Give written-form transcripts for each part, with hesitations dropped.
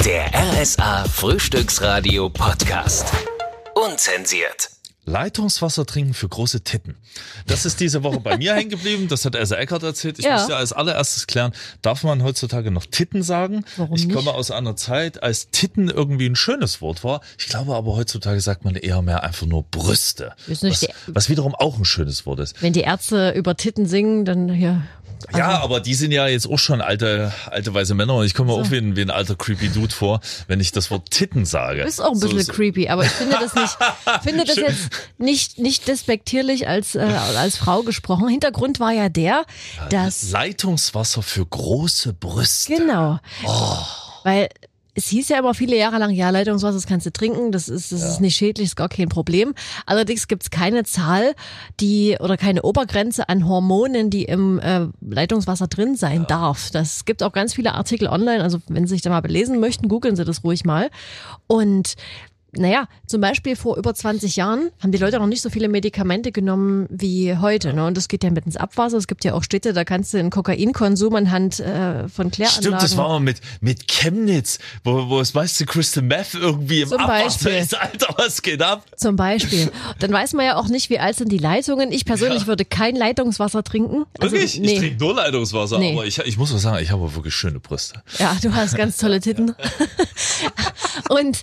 Der RSA Frühstücksradio Podcast. Unzensiert. Leitungswasser trinken für große Titten. Das ist diese Woche bei mir hängen geblieben. Das hat Elsa Eckert erzählt. Ich musste als allererstes klären, darf man heutzutage noch Titten sagen? Warum ich nicht? komme aus einer Zeit, als Titten irgendwie ein schönes Wort war. Ich glaube aber heutzutage sagt man eher mehr einfach nur Brüste. Was wiederum auch ein schönes Wort ist. Wenn die Ärzte über Titten singen, dann hier. Ja, aber die sind ja jetzt auch schon alte weiße Männer und ich komme mir auch wie ein alter creepy Dude vor, wenn ich das Wort Titten sage. Du bist auch ein bisschen creepy, aber ich finde das jetzt nicht despektierlich als Frau gesprochen. Hintergrund war ja dass Leitungswasser für große Brüste. Genau. Weil es hieß ja immer viele Jahre lang, ja, Leitungswasser, das kannst du trinken, das ist nicht schädlich, ist gar kein Problem. Allerdings gibt es keine Zahl, oder keine Obergrenze an Hormonen, die im Leitungswasser drin sein darf. Das gibt auch ganz viele Artikel online, also wenn Sie sich da mal belesen möchten, googeln Sie das ruhig mal. Und naja, zum Beispiel vor über 20 Jahren haben die Leute noch nicht so viele Medikamente genommen wie heute. Ne? Und das geht ja mit ins Abwasser. Es gibt ja auch Städte, da kannst du einen Kokainkonsum anhand von Kläranlagen. Stimmt, das war mal mit Chemnitz, wo das meiste Crystal Meth irgendwie im Abwasser ist. Alter, was geht ab? Zum Beispiel. Dann weiß man ja auch nicht, wie alt sind die Leitungen. Ich persönlich würde kein Leitungswasser trinken. Also, wirklich? Nee. Ich trinke nur Leitungswasser, aber ich muss auch sagen, ich habe wirklich schöne Brüste. Ja, du hast ganz tolle Titten. Und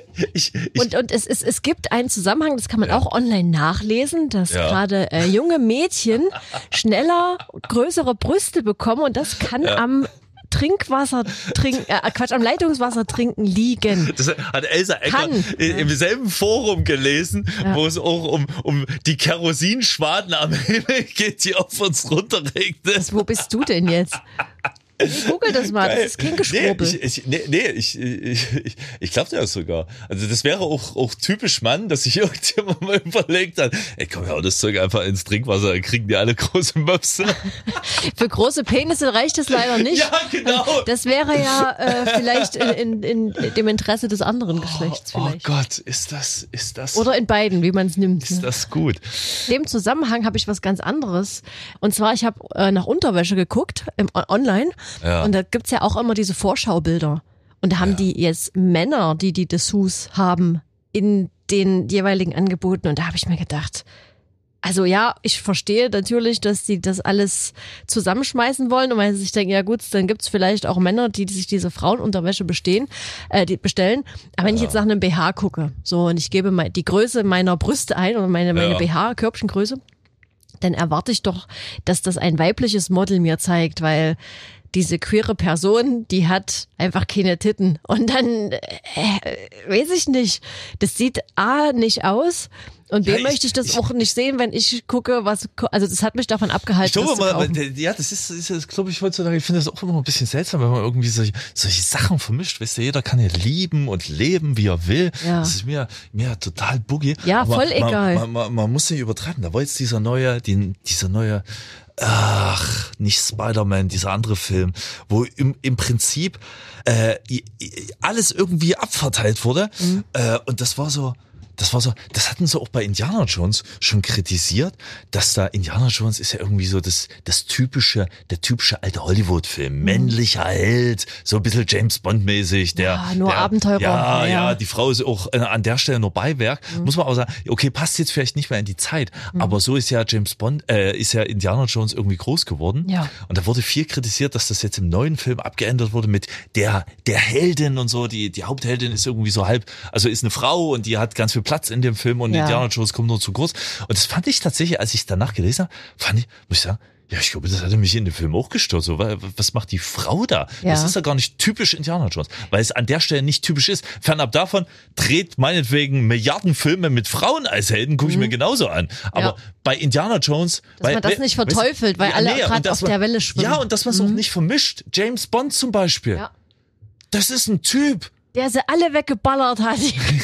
es gibt einen Zusammenhang, das kann man auch online nachlesen, dass gerade junge Mädchen schneller größere Brüste bekommen und das kann am am Leitungswasser trinken liegen. Das hat Elsa Eckert im selben Forum gelesen, wo es auch um die Kerosinschwaden am Himmel geht, die auf uns runterregnet. Wo bist du denn jetzt? Google das mal, das ist kein Geschwurbel. Ich glaube dir das sogar. Also das wäre auch typisch Mann, dass sich irgendjemand mal überlegt hat, ey komm ja, das Zeug einfach ins Trinkwasser, dann kriegen die alle große Möpse. Für große Penisse reicht es leider nicht. Ja, genau. Das wäre ja vielleicht in dem Interesse des anderen Geschlechts vielleicht. Oh Gott, ist das... Oder in beiden, wie man es nimmt. Ist das gut? In dem Zusammenhang habe ich was ganz anderes. Und zwar, ich habe nach Unterwäsche geguckt, online. Ja. Und da gibt's ja auch immer diese Vorschaubilder. Und da haben die jetzt Männer, die Dessous haben, in den jeweiligen Angeboten. Und da habe ich mir gedacht, also ja, ich verstehe natürlich, dass die das alles zusammenschmeißen wollen. Und weil sie sich denken, ja gut, dann gibt's vielleicht auch Männer, die sich diese Frauenunterwäsche bestellen. Aber wenn ich jetzt nach einem BH gucke, so und ich gebe mal die Größe meiner Brüste ein oder meine BH-Körbchengröße, dann erwarte ich doch, dass das ein weibliches Model mir zeigt, weil diese queere Person, die hat einfach keine Titten. Und dann, weiß ich nicht, das sieht A, nicht aus und B, möchte ich das auch nicht sehen, wenn ich gucke, also das hat mich davon abgehalten, das zu kaufen. Das ist glaube ich, heutzutage, ich finde das auch immer ein bisschen seltsam, wenn man irgendwie solche Sachen vermischt. Weißt du, jeder kann ja lieben und leben, wie er will. Ja. Das ist mir total boogie. Ja, aber voll egal. Man muss nicht übertreiben. Da war jetzt dieser neue, nicht Spider-Man, dieser andere Film, wo im Prinzip alles irgendwie abverteilt wurde. Und das hatten sie auch bei Indiana Jones schon kritisiert, dass da Indiana Jones ist ja irgendwie so der typische alte Hollywood-Film. Männlicher Held, so ein bisschen James Bond-mäßig. Abenteurer. Ja, die Frau ist auch an der Stelle nur Beiwerk. Muss man aber sagen, okay, passt jetzt vielleicht nicht mehr in die Zeit, aber so ist ja ist ja Indiana Jones irgendwie groß geworden. Ja. Und da wurde viel kritisiert, dass das jetzt im neuen Film abgeändert wurde mit der Heldin und so. Die Hauptheldin ist irgendwie so also ist eine Frau und die hat ganz viel Platz in dem Film und Indiana Jones kommt nur zu kurz. Und das fand ich tatsächlich, als ich danach gelesen habe, muss ich sagen, ja, ich glaube, das hatte mich in dem Film auch gestört. So, was macht die Frau da? Ja. Das ist ja gar nicht typisch Indiana Jones, weil es an der Stelle nicht typisch ist. Fernab davon dreht meinetwegen Milliarden Filme mit Frauen als Helden, gucke ich mir genauso an. Aber bei Indiana Jones... Dass man das nicht verteufelt, weil alle gerade auf der Welle schwimmen. Ja, und dass man es auch nicht vermischt. James Bond zum Beispiel. Ja. Das ist ein Typ. Der sie alle weggeballert hat.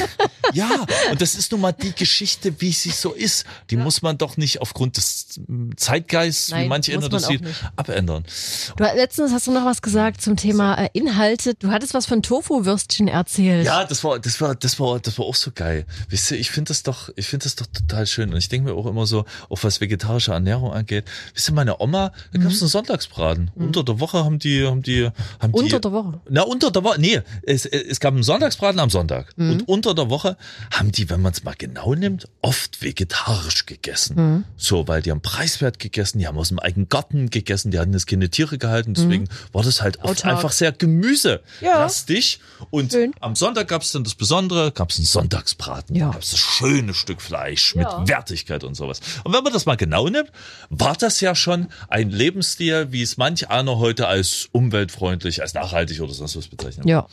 Ja, und das ist nun mal die Geschichte, wie sie so ist. Die muss man doch nicht aufgrund des Zeitgeists, wie manche Inder das sieht, abändern. Letztens hast du noch was gesagt zum Thema Inhalte. Du hattest was von Tofu-Würstchen erzählt. Ja, das war auch so geil. Wisst ihr, ich finde das doch total schön. Und ich denke mir auch immer so, auch was vegetarische Ernährung angeht. Wisst ihr, meine Oma, da gab es einen Sonntagsbraten. Unter der Woche haben die. Unter der Woche? Na, unter der Woche. Nee, es gab einen Sonntagsbraten am Sonntag. Und unter der Woche haben die, wenn man es mal genau nimmt, oft vegetarisch gegessen. So, weil die haben preiswert gegessen, die haben aus dem eigenen Garten gegessen, die hatten jetzt keine Tiere gehalten, deswegen war das halt oft einfach sehr gemüselastig. Und am Sonntag gab es dann das Besondere, gab es einen Sonntagsbraten, gab es das schöne Stück Fleisch mit Wertigkeit und sowas. Und wenn man das mal genau nimmt, war das ja schon ein Lebensstil, wie es manch einer heute als umweltfreundlich, als nachhaltig oder sonst was bezeichnet. Ja.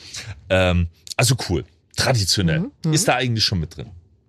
Also cool. Traditionell. Ist da eigentlich schon mit drin.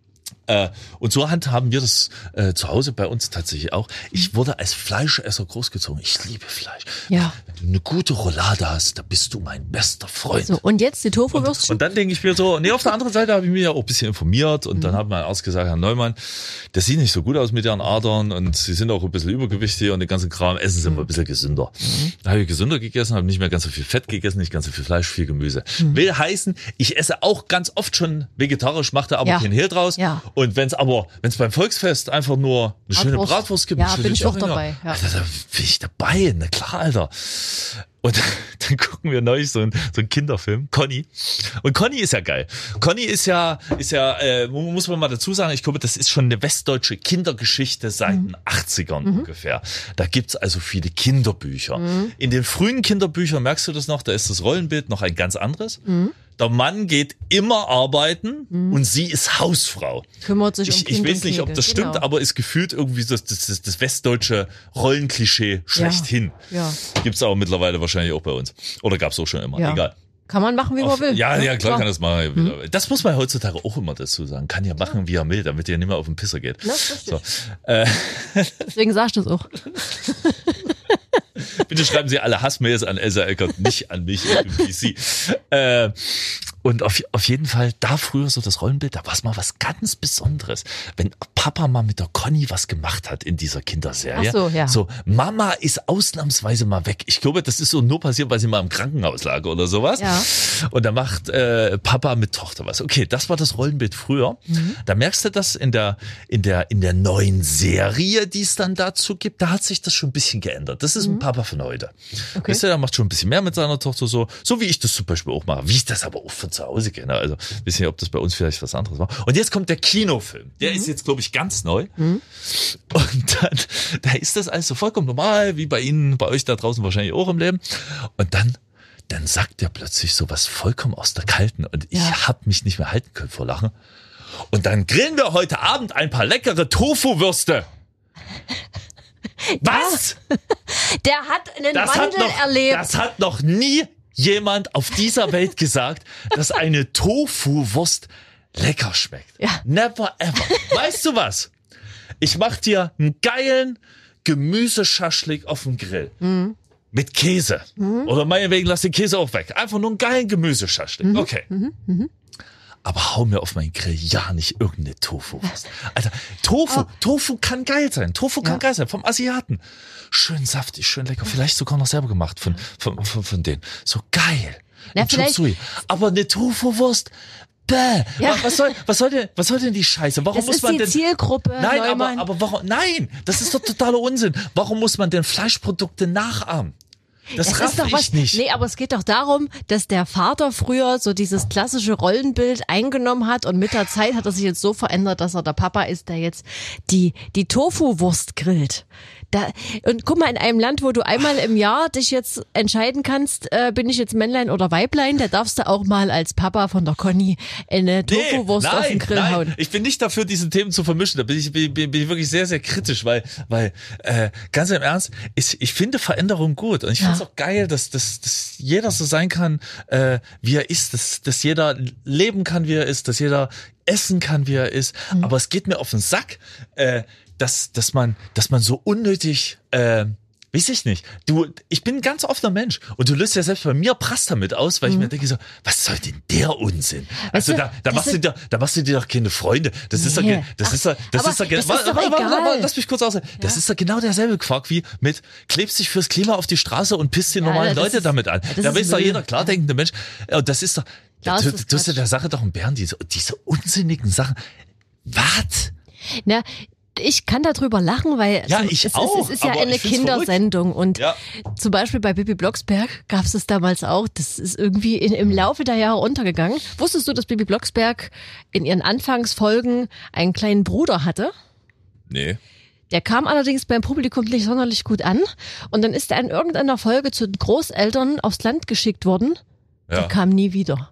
Und so handhaben wir das zu Hause bei uns tatsächlich auch. Ich wurde als Fleischesser großgezogen. Ich liebe Fleisch. Ja. Wenn du eine gute Roulade hast, da bist du mein bester Freund. So, und jetzt die Tofu-Würstchen? Und dann denke ich mir so, auf der anderen Seite habe ich mich ja auch ein bisschen informiert und dann hat mein Arzt gesagt, Herr Neumann, das sieht nicht so gut aus mit Ihren Adern und Sie sind auch ein bisschen übergewichtig und den ganzen Kram, essen Sie mal ein bisschen gesünder. Da habe ich gesünder gegessen, habe nicht mehr ganz so viel Fett gegessen, nicht ganz so viel Fleisch, viel Gemüse. Will heißen, ich esse auch ganz oft schon vegetarisch, mache da aber kein Hehl draus. Ja. Und wenn es beim Volksfest einfach nur eine schöne Bratwurst gibt, bin ich auch dabei. Ja. Alter, da bin ich dabei, na klar, Alter. Und dann gucken wir neulich so einen Kinderfilm, Conny. Und Conny ist ja geil. Conny ist ja, muss man mal dazu sagen, ich glaube, das ist schon eine westdeutsche Kindergeschichte seit den 80ern ungefähr. Da gibt's also viele Kinderbücher. In den frühen Kinderbüchern, merkst du das noch, da ist das Rollenbild noch ein ganz anderes. Der Mann geht immer arbeiten und sie ist Hausfrau. Kümmert sich um Kind Ich weiß nicht, ob das stimmt, aber ist gefühlt irgendwie das westdeutsche Rollenklischee schlechthin. Ja. Gibt's auch mittlerweile wahrscheinlich auch bei uns. Oder gab's auch schon immer. Ja. Egal. Kann man machen, wie man will. Ja, klar kann das machen. Das muss man heutzutage auch immer dazu sagen. Kann ja machen, wie er will, damit er nicht mehr auf den Pisser geht. Das ist so. Deswegen sagst du es auch. Bitte schreiben Sie alle Hassmails an Elsa Eckert, nicht an mich im PC. Und auf jeden Fall, da früher so das Rollenbild, da war es mal was ganz Besonderes. Wenn Papa mal mit der Conny was gemacht hat in dieser Kinderserie. Ach so, ja. So, Mama ist ausnahmsweise mal weg. Ich glaube, das ist so nur passiert, weil sie mal im Krankenhaus lag oder sowas. Ja. Und da macht Papa mit Tochter was. Okay, das war das Rollenbild früher. Da merkst du das in der neuen Serie, die es dann dazu gibt, da hat sich das schon ein bisschen geändert. Das ist ein Papa von heute. Okay. Weißt du, der macht schon ein bisschen mehr mit seiner Tochter so wie ich das zum Beispiel auch mache, wie ich das aber auch von zu Hause kenne. Also, wissen nicht, ob das bei uns vielleicht was anderes war. Und jetzt kommt der Kinofilm. Der ist jetzt, glaube ich, ganz neu. Und dann, da ist das alles so vollkommen normal, wie bei Ihnen, bei euch da draußen wahrscheinlich auch im Leben. Und dann sagt er plötzlich so was vollkommen aus der Kalten. Und ich habe mich nicht mehr halten können vor Lachen. Und dann grillen wir heute Abend ein paar leckere Tofu-Würste. Was? Der hat einen Wandel erlebt. Das hat noch nie jemand auf dieser Welt gesagt, dass eine Tofu-Wurst lecker schmeckt. Ja. Never ever. Weißt du was? Ich mach dir einen geilen Gemüseschaschlik auf dem Grill. Mit Käse. Oder meinetwegen lass den Käse auch weg. Einfach nur einen geilen Gemüseschaschlik. Okay. Aber hau mir auf meinen Grill ja nicht irgendeine Tofu-Wurst. Alter, Tofu kann geil sein. Tofu kann geil sein. Vom Asiaten. Schön saftig, schön lecker. Vielleicht sogar noch selber gemacht von denen. So geil. Ja, vielleicht. Aber eine Tofu-Wurst, bäh. Ja. Was soll denn die Scheiße? Warum muss man denn? Das ist die Zielgruppe. Nein, aber warum? Nein, das ist doch totaler Unsinn. Warum muss man denn Fleischprodukte nachahmen? Das raff ich nicht. Nee, aber es geht doch darum, dass der Vater früher so dieses klassische Rollenbild eingenommen hat und mit der Zeit hat er sich jetzt so verändert, dass er der Papa ist, der jetzt die Tofu-Wurst grillt. Und guck mal, in einem Land, wo du einmal im Jahr dich jetzt entscheiden kannst, bin ich jetzt Männlein oder Weiblein, da darfst du auch mal als Papa von der Conny eine Tofu-Wurst auf den Grill hauen. Ich bin nicht dafür, diese Themen zu vermischen. Da bin ich wirklich sehr, sehr kritisch, weil ganz im Ernst, ich finde Veränderung gut. Und ich finde es auch geil, dass jeder so sein kann, wie er ist, dass jeder leben kann, wie er ist, dass jeder essen kann, wie er ist. Aber es geht mir auf den Sack, dass man so unnötig weiß ich nicht. Ich bin ein ganz offener Mensch und du löst ja selbst bei mir Prass damit aus, weil ich mir denke so, was soll denn der Unsinn? Also da machst du dir doch keine Freunde. Das ist doch lass mich kurz aussagen. Ja. Das ist doch genau derselbe Quark wie mit klebst dich fürs Klima auf die Straße und pisst die normalen Leute damit an. Da weiß doch jeder klardenkende Mensch. Und das ist doch, du hast ja der Sache doch einen Bären, diese unsinnigen Sachen. Was? Na, ich kann darüber lachen, weil es ist ja eine Kindersendung und zum Beispiel bei Bibi Blocksberg gab es das damals auch. Das ist irgendwie im Laufe der Jahre untergegangen. Wusstest du, dass Bibi Blocksberg in ihren Anfangsfolgen einen kleinen Bruder hatte? Nee. Der kam allerdings beim Publikum nicht sonderlich gut an und dann ist er in irgendeiner Folge zu den Großeltern aufs Land geschickt worden. Ja. Der kam nie wieder.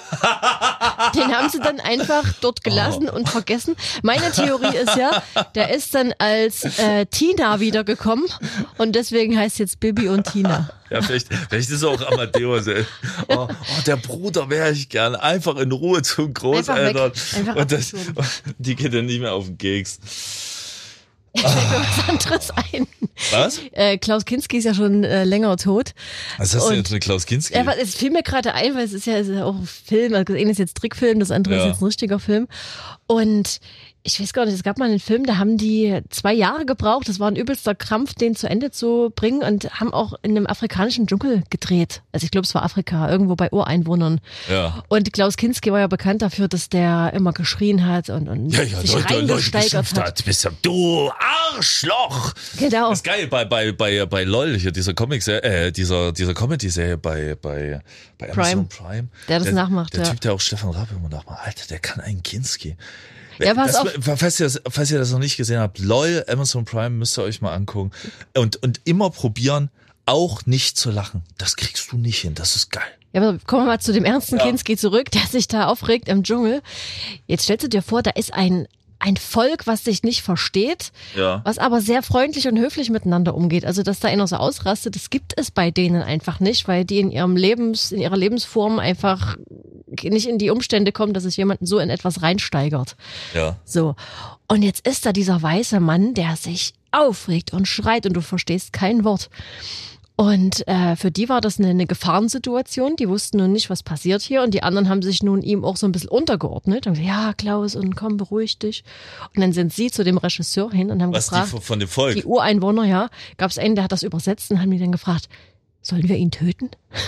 Den haben sie dann einfach dort gelassen und vergessen. Meine Theorie ist ja, der ist dann als Tina wiedergekommen und deswegen heißt jetzt Bibi und Tina. Ja, vielleicht ist es auch Amadeus. Oh, der Bruder wäre ich gern. Einfach in Ruhe zum Großeltern. Und die geht dann nicht mehr auf den Keks. Fällt mir was anderes ein. Was? Klaus Kinski ist ja schon länger tot. Was hast du jetzt mit Klaus Kinski? Ja, es fiel mir gerade ein, weil es ist ja auch ein Film, also das eine ist jetzt Trickfilm, das andere ist jetzt ein richtiger Film. Und ich weiß gar nicht, es gab mal einen Film, da haben die 2 Jahre gebraucht, das war ein übelster Krampf, den zu Ende zu bringen und haben auch in einem afrikanischen Dschungel gedreht. Also ich glaube, es war Afrika, irgendwo bei Ureinwohnern. Ja. Und Klaus Kinski war ja bekannt dafür, dass der immer geschrien hat und sich reingesteigert hat. Du Arschloch! Genau. Das ist geil, bei LOL, hier dieser Comic-Serie, dieser Comedy-Serie bei Amazon Prime. Der das nachmacht, der Typ, der auch Stefan Raab immer nachmacht. Alter, der kann einen Kinski. Ja, pass auf. Falls ihr das noch nicht gesehen habt, LOL, Amazon Prime, müsst ihr euch mal angucken. Und immer probieren, auch nicht zu lachen. Das kriegst du nicht hin, das ist geil. Ja, aber kommen wir mal zu dem ernsten Kinski zurück, der sich da aufregt im Dschungel. Jetzt stellst du dir vor, da ist ein Volk, was sich nicht versteht, was aber sehr freundlich und höflich miteinander umgeht. Also, dass da einer so ausrastet, das gibt es bei denen einfach nicht, weil die in ihrer Lebensform einfach nicht in die Umstände kommen, dass sich jemanden so in etwas reinsteigert. Ja. So. Und jetzt ist da dieser weiße Mann, der sich aufregt und schreit und du verstehst kein Wort. Und für die war das eine Gefahrensituation. Die wussten nun nicht, was passiert hier. Und die anderen haben sich nun ihm auch so ein bisschen untergeordnet. Und gesagt, ja, Klaus, und komm, beruhig dich. Und dann sind sie zu dem Regisseur hin und haben gefragt, von dem Volk? Die Ureinwohner, gab es einen, der hat das übersetzt und haben die dann gefragt, sollen wir ihn töten?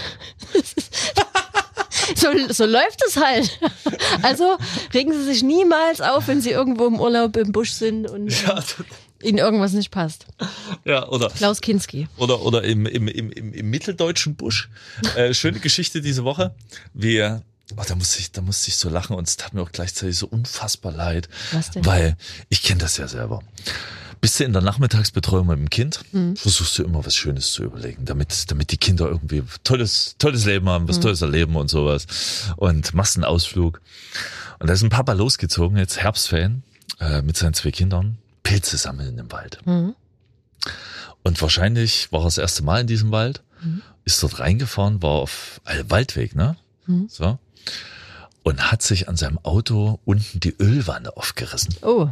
So läuft es halt. Also regen sie sich niemals auf, wenn sie irgendwo im Urlaub im Busch sind und ihnen irgendwas nicht passt. Ja, oder Klaus Kinski. Oder im mitteldeutschen Busch. Schöne Geschichte diese Woche. Da musste ich so lachen und es tat mir auch gleichzeitig so unfassbar leid. Was denn? Weil ich kenne das ja selber. Bist du in der Nachmittagsbetreuung mit dem Kind, versuchst du immer was Schönes zu überlegen, damit die Kinder irgendwie tolles Leben haben, was Tolles erleben und sowas. Und machst einen Ausflug. Und da ist ein Papa losgezogen, jetzt Herbstferien, mit seinen 2 Kindern, Pilze sammeln im Wald. Und wahrscheinlich war er das erste Mal in diesem Wald, ist dort reingefahren, war auf einem Waldweg, ne? So. Und hat sich an seinem Auto unten die Ölwanne aufgerissen. Oh.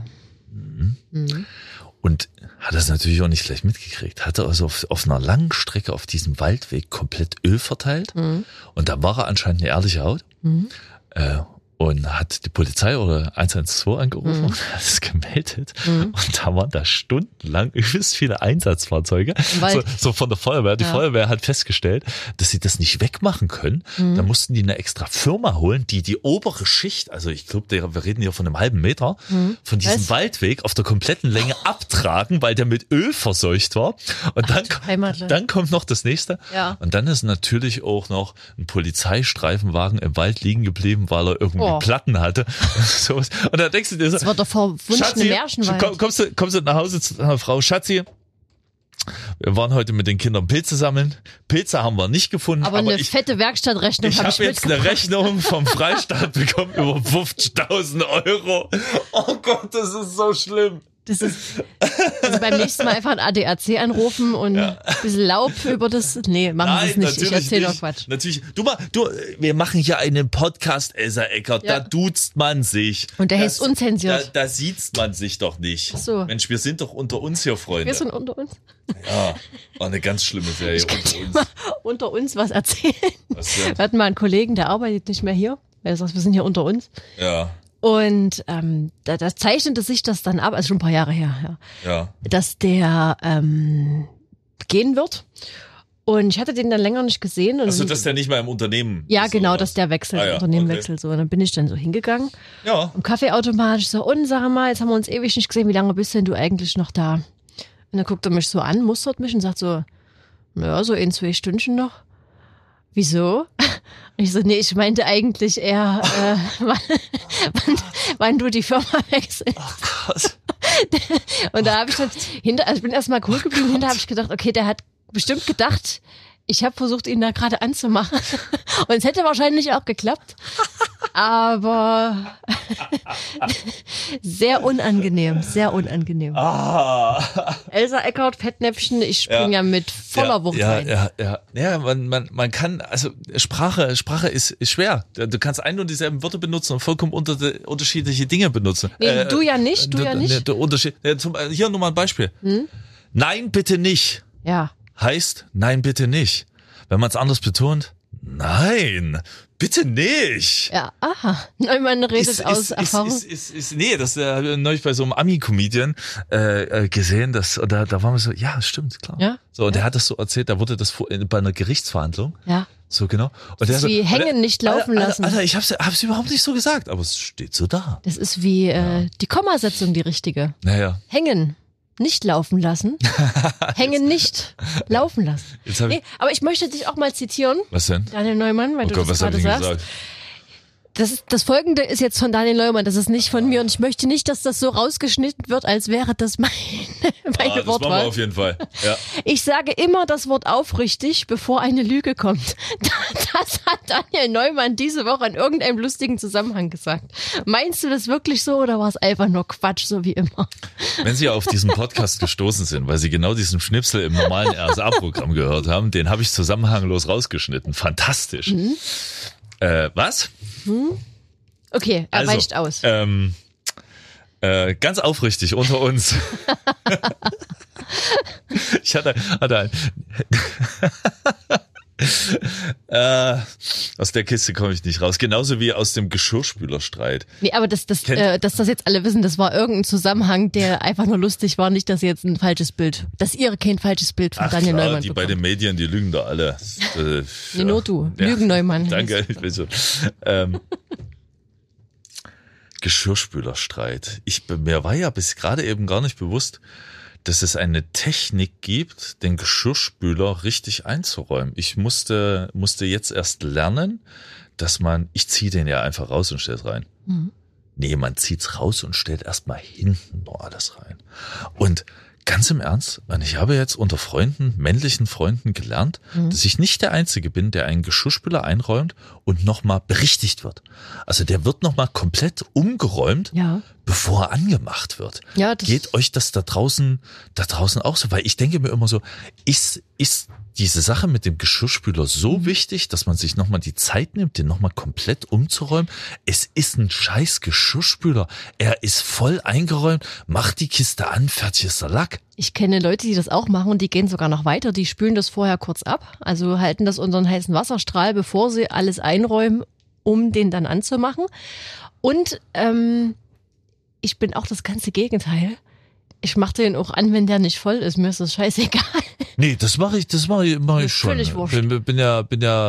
Und hat das natürlich auch nicht gleich mitgekriegt. Hatte also auf einer langen Strecke auf diesem Waldweg komplett Öl verteilt. Und da war er anscheinend eine ehrliche Haut. Und hat die Polizei oder 112 angerufen und hat es gemeldet. Und da waren da stundenlang übelst viele Einsatzfahrzeuge. So von der Feuerwehr. Die Feuerwehr hat festgestellt, dass sie das nicht wegmachen können. Da mussten die eine extra Firma holen, die obere Schicht, also ich glaube, wir reden hier von einem halben Meter, von diesem Waldweg auf der kompletten Länge abtragen, weil der mit Öl verseucht war. Und dann kommt noch das nächste. Ja. Und dann ist natürlich auch noch ein Polizeistreifenwagen im Wald liegen geblieben, weil er irgendwie Platten hatte. Und da denkst du dir so, das war doch verwunschene Märchenwald. Kommst du nach Hause zu deiner Frau, Schatzi, wir waren heute mit den Kindern Pilze sammeln. Pilze haben wir nicht gefunden. Aber eine fette Werkstattrechnung habe ich jetzt eine Rechnung vom Freistaat bekommen über 50.000 Euro. Oh Gott, das ist so schlimm. Das ist, also beim nächsten Mal einfach ein ADAC anrufen und ein bisschen Laub über das. Nee, machen Sie es nicht. Ich erzähle doch Quatsch. Natürlich. Wir machen hier einen Podcast, Elsa Eckert. Da duzt man sich. Und der heißt unzensiert. Da sieht's man sich doch nicht. Ach so. Mensch, wir sind doch unter uns hier, Freunde. Wir sind unter uns. Ja, war eine ganz schlimme Serie unter uns. Mal unter uns was erzählen. Was denn? Wir hatten mal einen Kollegen, der arbeitet nicht mehr hier. Er sagt, wir sind hier unter uns. Ja. Und da zeichnete sich das dann ab, also schon ein paar Jahre her, dass der gehen wird. Und ich hatte den dann länger nicht gesehen. Also, dass der nicht mehr im Unternehmen ja, ist, genau, dass der wechselt, Unternehmen wechselt. So. Und dann bin ich dann so hingegangen. Ja. Am Kaffeeautomat, ich so, und sag mal, jetzt haben wir uns ewig nicht gesehen, wie lange bist denn du eigentlich noch da? Und dann guckt er mich so an, mustert mich und sagt so, naja, so 1-2 Stündchen noch. Wieso? Und ich so, nee, ich meinte eigentlich eher, wann du die Firma wechselst. Oh Gott. Und da habe ich dann also ich bin erstmal cool geblieben, hinterher habe ich gedacht, okay, der hat bestimmt gedacht, ich habe versucht, ihn da gerade anzumachen. Und es hätte wahrscheinlich auch geklappt. Aber sehr unangenehm, sehr unangenehm. Elsa Eckert, Fettnäpfchen, ich springe ja mit voller Wucht rein. Ja, man kann, also Sprache ist schwer. Du kannst ein und dieselben Wörter benutzen und vollkommen unterschiedliche Dinge benutzen. Nee, du ja nicht. Hier nur mal ein Beispiel. Nein, bitte nicht. Ja. Heißt, nein, bitte nicht. Wenn man es anders betont, nein, bitte nicht. Ja, aha. Neumann redet aus Erfahrung. Nee, das neulich bei so einem Ami-Comedian gesehen, da waren wir so, ja, stimmt, klar. Ja? So, und der hat das so erzählt, da wurde das bei einer Gerichtsverhandlung. Ja. So, genau. Und das ist wie hängen, nicht laufen lassen. Alter, ich hab's überhaupt nicht so gesagt, aber es steht so da. Das ist wie die Kommasetzung, die richtige. Naja. Hängen. Nicht laufen lassen. Hängen nicht laufen lassen. Nee, aber ich möchte dich auch mal zitieren. Was denn? Daniel Neumann, weil du das gerade sagst. Gesagt? Das Folgende ist jetzt von Daniel Neumann, das ist nicht von mir und ich möchte nicht, dass das so rausgeschnitten wird, als wäre das meine das Wortwahl. machen wir auf jeden Fall. Ja. Ich sage immer das Wort aufrichtig, bevor eine Lüge kommt. Das hat Daniel Neumann diese Woche in irgendeinem lustigen Zusammenhang gesagt. Meinst du das wirklich so oder war es einfach nur Quatsch, so wie immer? Wenn Sie auf diesen Podcast gestoßen sind, weil Sie genau diesen Schnipsel im normalen RSA-Programm gehört haben, den habe ich zusammenhanglos rausgeschnitten. Fantastisch. Was? Okay, er weicht aus. Ganz aufrichtig unter uns. Ich hatte aus der Kiste komme ich nicht raus. Genauso wie aus dem Geschirrspülerstreit. Nee, aber dass das jetzt alle wissen, das war irgendein Zusammenhang, der einfach nur lustig war. Nicht, dass ihr jetzt ein falsches Bild, dass ihr kein falsches Bild von Daniel Neumann die bekommt. bei den Medien, die lügen da alle. Nee, nur du. Lügen Neumann. Danke, ich will so. Geschirrspülerstreit. Mir war ja bis gerade eben gar nicht bewusst, dass es eine Technik gibt, den Geschirrspüler richtig einzuräumen. Ich musste jetzt erst lernen, dass ich ziehe den ja einfach raus und stell's rein. Nee, man zieht's raus und stellt erstmal hinten nur alles rein. Und ganz im Ernst, ich habe jetzt unter männlichen Freunden gelernt, dass ich nicht der Einzige bin, der einen Geschirrspüler einräumt und nochmal berichtigt wird. Also der wird nochmal komplett umgeräumt, bevor er angemacht wird. Ja, geht euch das da draußen auch so? Weil ich denke mir immer so, ist diese Sache mit dem Geschirrspüler so wichtig, dass man sich nochmal die Zeit nimmt, den nochmal komplett umzuräumen? Es ist ein scheiß Geschirrspüler. Er ist voll eingeräumt. Macht die Kiste an, fertig ist der Lack. Ich kenne Leute, die das auch machen und die gehen sogar noch weiter. Die spülen das vorher kurz ab. Also halten das unter einen heißen Wasserstrahl, bevor sie alles einräumen, um den dann anzumachen. Und ich bin auch das ganze Gegenteil. Ich mache den auch an, wenn der nicht voll ist. Mir ist das scheißegal. Nee, das mache ich schon. Völlig wurscht. Ich bin ja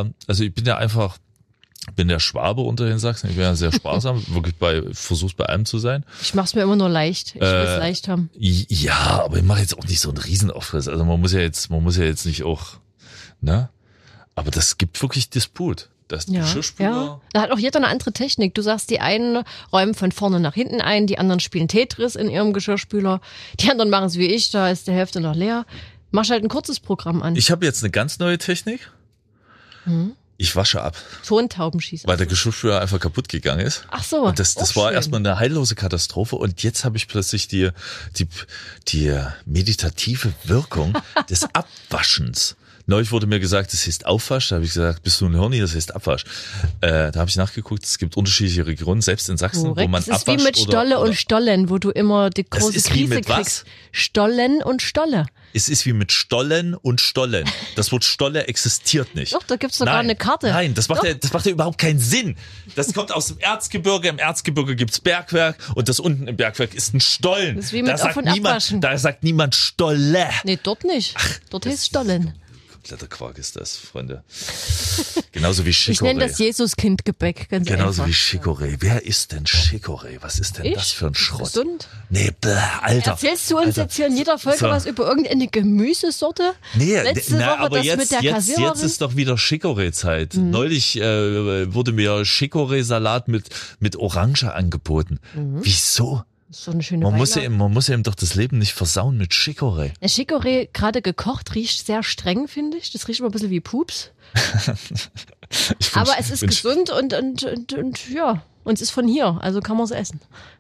der Schwabe unter den Sachsen. Ich bin ja sehr sparsam, wirklich versuch's bei allem zu sein. Ich mach's mir immer nur leicht. Ich will es leicht haben. Ja, aber ich mache jetzt auch nicht so einen Riesenaufriss. Also man muss ja jetzt nicht auch, ne? Aber das gibt wirklich Disput. Das Geschirrspüler. Ja. Da hat auch jeder eine andere Technik. Du sagst, die einen räumen von vorne nach hinten ein, die anderen spielen Tetris in ihrem Geschirrspüler, die anderen machen es wie ich, da ist die Hälfte noch leer. Mach halt ein kurzes Programm an. Ich habe jetzt eine ganz neue Technik. Ich wasche ab. Tontaubenschießen. Weil der Geschirrspüler einfach kaputt gegangen ist. Ach so. Und das war erstmal eine heillose Katastrophe. Und jetzt habe ich plötzlich die meditative Wirkung des Abwaschens. Neulich wurde mir gesagt, das heißt Aufwasch. Da habe ich gesagt, bist du ein Hirni? Das heißt Abwasch. Da habe ich nachgeguckt, es gibt unterschiedliche Regionen, selbst in Sachsen, Korrekt. wo man abwascht. abwascht. Das ist wie mit Stolle und Stollen, wo du immer die große das ist Krise wie mit kriegst. Was? Stollen und Stolle. Es ist wie mit Stollen und Stollen. Das Wort Stolle existiert nicht. Doch, da gibt's sogar eine Karte. Nein, das macht ja überhaupt keinen Sinn. Das kommt aus dem Erzgebirge. Im Erzgebirge gibt's Bergwerk und das unten im Bergwerk ist ein Stollen. Das ist wie mit Auf- und Abwaschen. Da sagt niemand Stolle. Nee, dort nicht. Dort heißt Stollen. Kompletter Quark ist das, Freunde. Genauso wie Chicorée. Ich nenne das Jesuskind-Gebäck, ganz Genauso einfach. wie Chicorée. Wer ist denn Chicorée? Was ist denn das für ein Schrott? Gesund. Nee, Alter. Erzählst du uns jetzt hier in jeder Folge was über irgendeine Gemüsesorte? Nee, Letzte Woche aber das mit der Kassiererin? jetzt ist doch wieder Chicorée-Zeit. Neulich wurde mir Chicorée-Salat mit Orange angeboten. Wieso? So eine schöne Man muss ja eben doch das Leben nicht versauen mit Chicorée. Der Chicorée, gerade gekocht, riecht sehr streng, finde ich. Das riecht immer ein bisschen wie Pups. Aber es ist gesund und ja, und es ist von hier, also kann man es essen.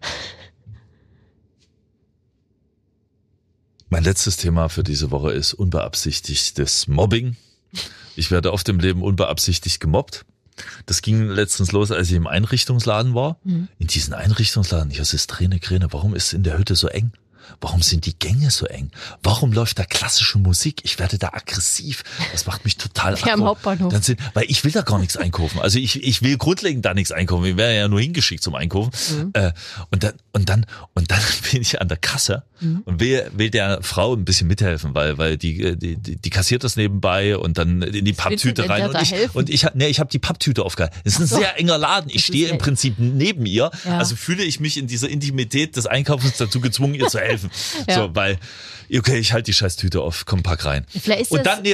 Mein letztes Thema für diese Woche ist unbeabsichtigtes Mobbing. Ich werde oft im Leben unbeabsichtigt gemobbt. Das ging letztens los, als ich im Einrichtungsladen war. In diesen Einrichtungsladen, hier ist Träne, warum ist es in der Hütte so eng? Warum sind die Gänge so eng? Warum läuft da klassische Musik? Ich werde da aggressiv. Das macht mich total aggro. Ja, am Hauptbahnhof. Weil ich will da gar nichts einkaufen. Also ich will grundlegend da nichts einkaufen. Ich wäre ja nur hingeschickt zum Einkaufen. Und dann bin ich an der Kasse und will der Frau ein bisschen mithelfen, weil die kassiert das nebenbei und dann in die Papptüte rein. Und ich habe die Papptüte aufgehalten. Es ist ein sehr enger Laden. Ich stehe im Prinzip neben ihr. Ja. Also fühle ich mich in dieser Intimität des Einkaufens dazu gezwungen, ihr zu helfen. Ja. So, weil, okay, ich halte die Scheißtüte auf, komm, pack rein. Und dann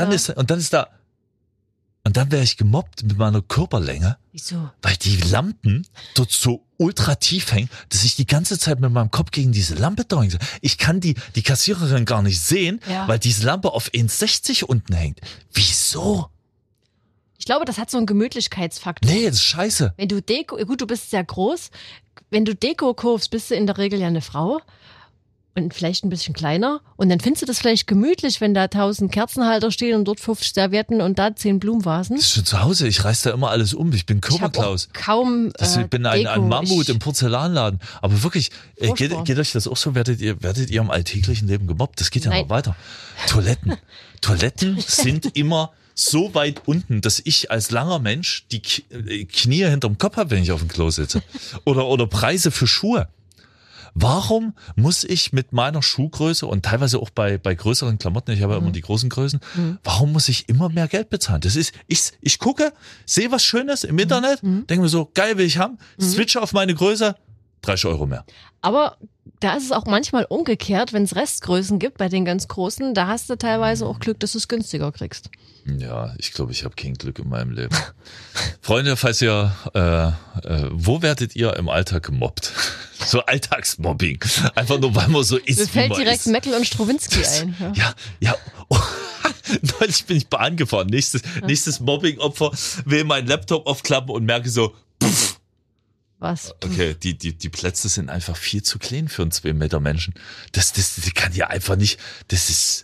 wäre ich gemobbt mit meiner Körperlänge. Wieso? Weil die Lampen dort so ultra tief hängen, dass ich die ganze Zeit mit meinem Kopf gegen diese Lampe drücke. Ich kann die Kassiererin gar nicht sehen, weil diese Lampe auf 1,60 unten hängt. Wieso? Ich glaube, das hat so einen Gemütlichkeitsfaktor. Nee, das ist scheiße. Wenn du gut, du bist sehr groß. Wenn du Deko kaufst, bist du in der Regel ja eine Frau. Und vielleicht ein bisschen kleiner. Und dann findest du das vielleicht gemütlich, wenn da 1000 Kerzenhalter stehen und dort 50 Servietten und da 10 Blumenvasen. Das ist schon zu Hause. Ich reiß da immer alles um. Ich bin Körperklaus. Ich bin ein Mammut im Porzellanladen. Aber wirklich, geht euch das auch so? Werdet ihr im alltäglichen Leben gemobbt? Das geht ja noch weiter. Toiletten sind immer so weit unten, dass ich als langer Mensch die Knie hinterm Kopf habe, wenn ich auf dem Klo sitze. Oder Preise für Schuhe. Warum muss ich mit meiner Schuhgröße und teilweise auch bei größeren Klamotten, ich habe ja immer die großen Größen, warum muss ich immer mehr Geld bezahlen? Das ist, ich gucke, sehe was Schönes im Internet, denke mir so, geil will ich haben, switche auf meine Größe, 30 Euro mehr. Aber da ist es auch manchmal umgekehrt, wenn es Restgrößen gibt bei den ganz Großen, da hast du teilweise auch Glück, dass du es günstiger kriegst. Ja, ich glaube, ich habe kein Glück in meinem Leben. Freunde, falls ihr, wo werdet ihr im Alltag gemobbt? So Alltagsmobbing. Einfach nur, weil man so ist. Mir fällt direkt Meckel und Strawinski ein. Ja. Oh. Neulich bin ich Bahn gefahren. Nächstes Mobbing-Opfer will meinen Laptop aufklappen und merke so, pff. Was? Okay, die Plätze sind einfach viel zu klein für einen 2 Meter Menschen. Das kann ja einfach nicht, das ist...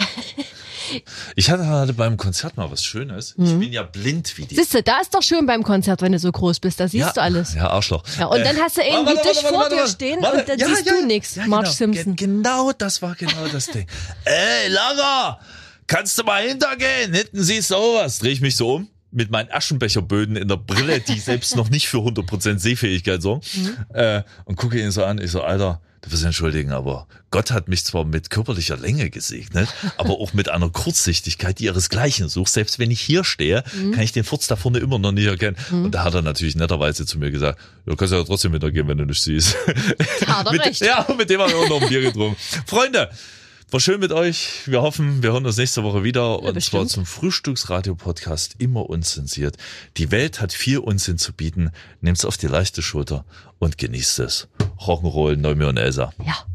Ich hatte beim Konzert mal was Schönes. Ich bin ja blind wie die. Siehst du, da ist doch schön beim Konzert, wenn du so groß bist. Da siehst du alles. Ja, Arschloch. Ja, und dann hast du irgendwie dich vor dir stehen und dann siehst du nichts. Ja, Marge Simpson. Genau, das war genau das Ding. Ey, Lara, kannst du mal hintergehen? Hinten siehst du auch was. Dreh ich mich so um. Mit meinen Aschenbecherböden in der Brille, die selbst noch nicht für 100% Sehfähigkeit sorgen. Und gucke ihn so an. Ich so, Alter, du wirst entschuldigen, aber Gott hat mich zwar mit körperlicher Länge gesegnet, aber auch mit einer Kurzsichtigkeit, die ihresgleichen sucht. Selbst wenn ich hier stehe, kann ich den Furz da vorne immer noch nicht erkennen. Und da hat er natürlich netterweise zu mir gesagt, du kannst ja trotzdem hintergehen, wenn du nicht siehst. Hat er recht. Ja, mit dem haben wir auch noch ein Bier getrunken. Freunde, war schön mit euch. Wir hoffen, wir hören uns nächste Woche wieder. Und zwar zum Frühstücksradio-Podcast, immer unzensiert. Die Welt hat viel Unsinn zu bieten. Nehmt's auf die leichte Schulter und genießt es. Rock'n'Roll, Neumir und Elsa. Ja.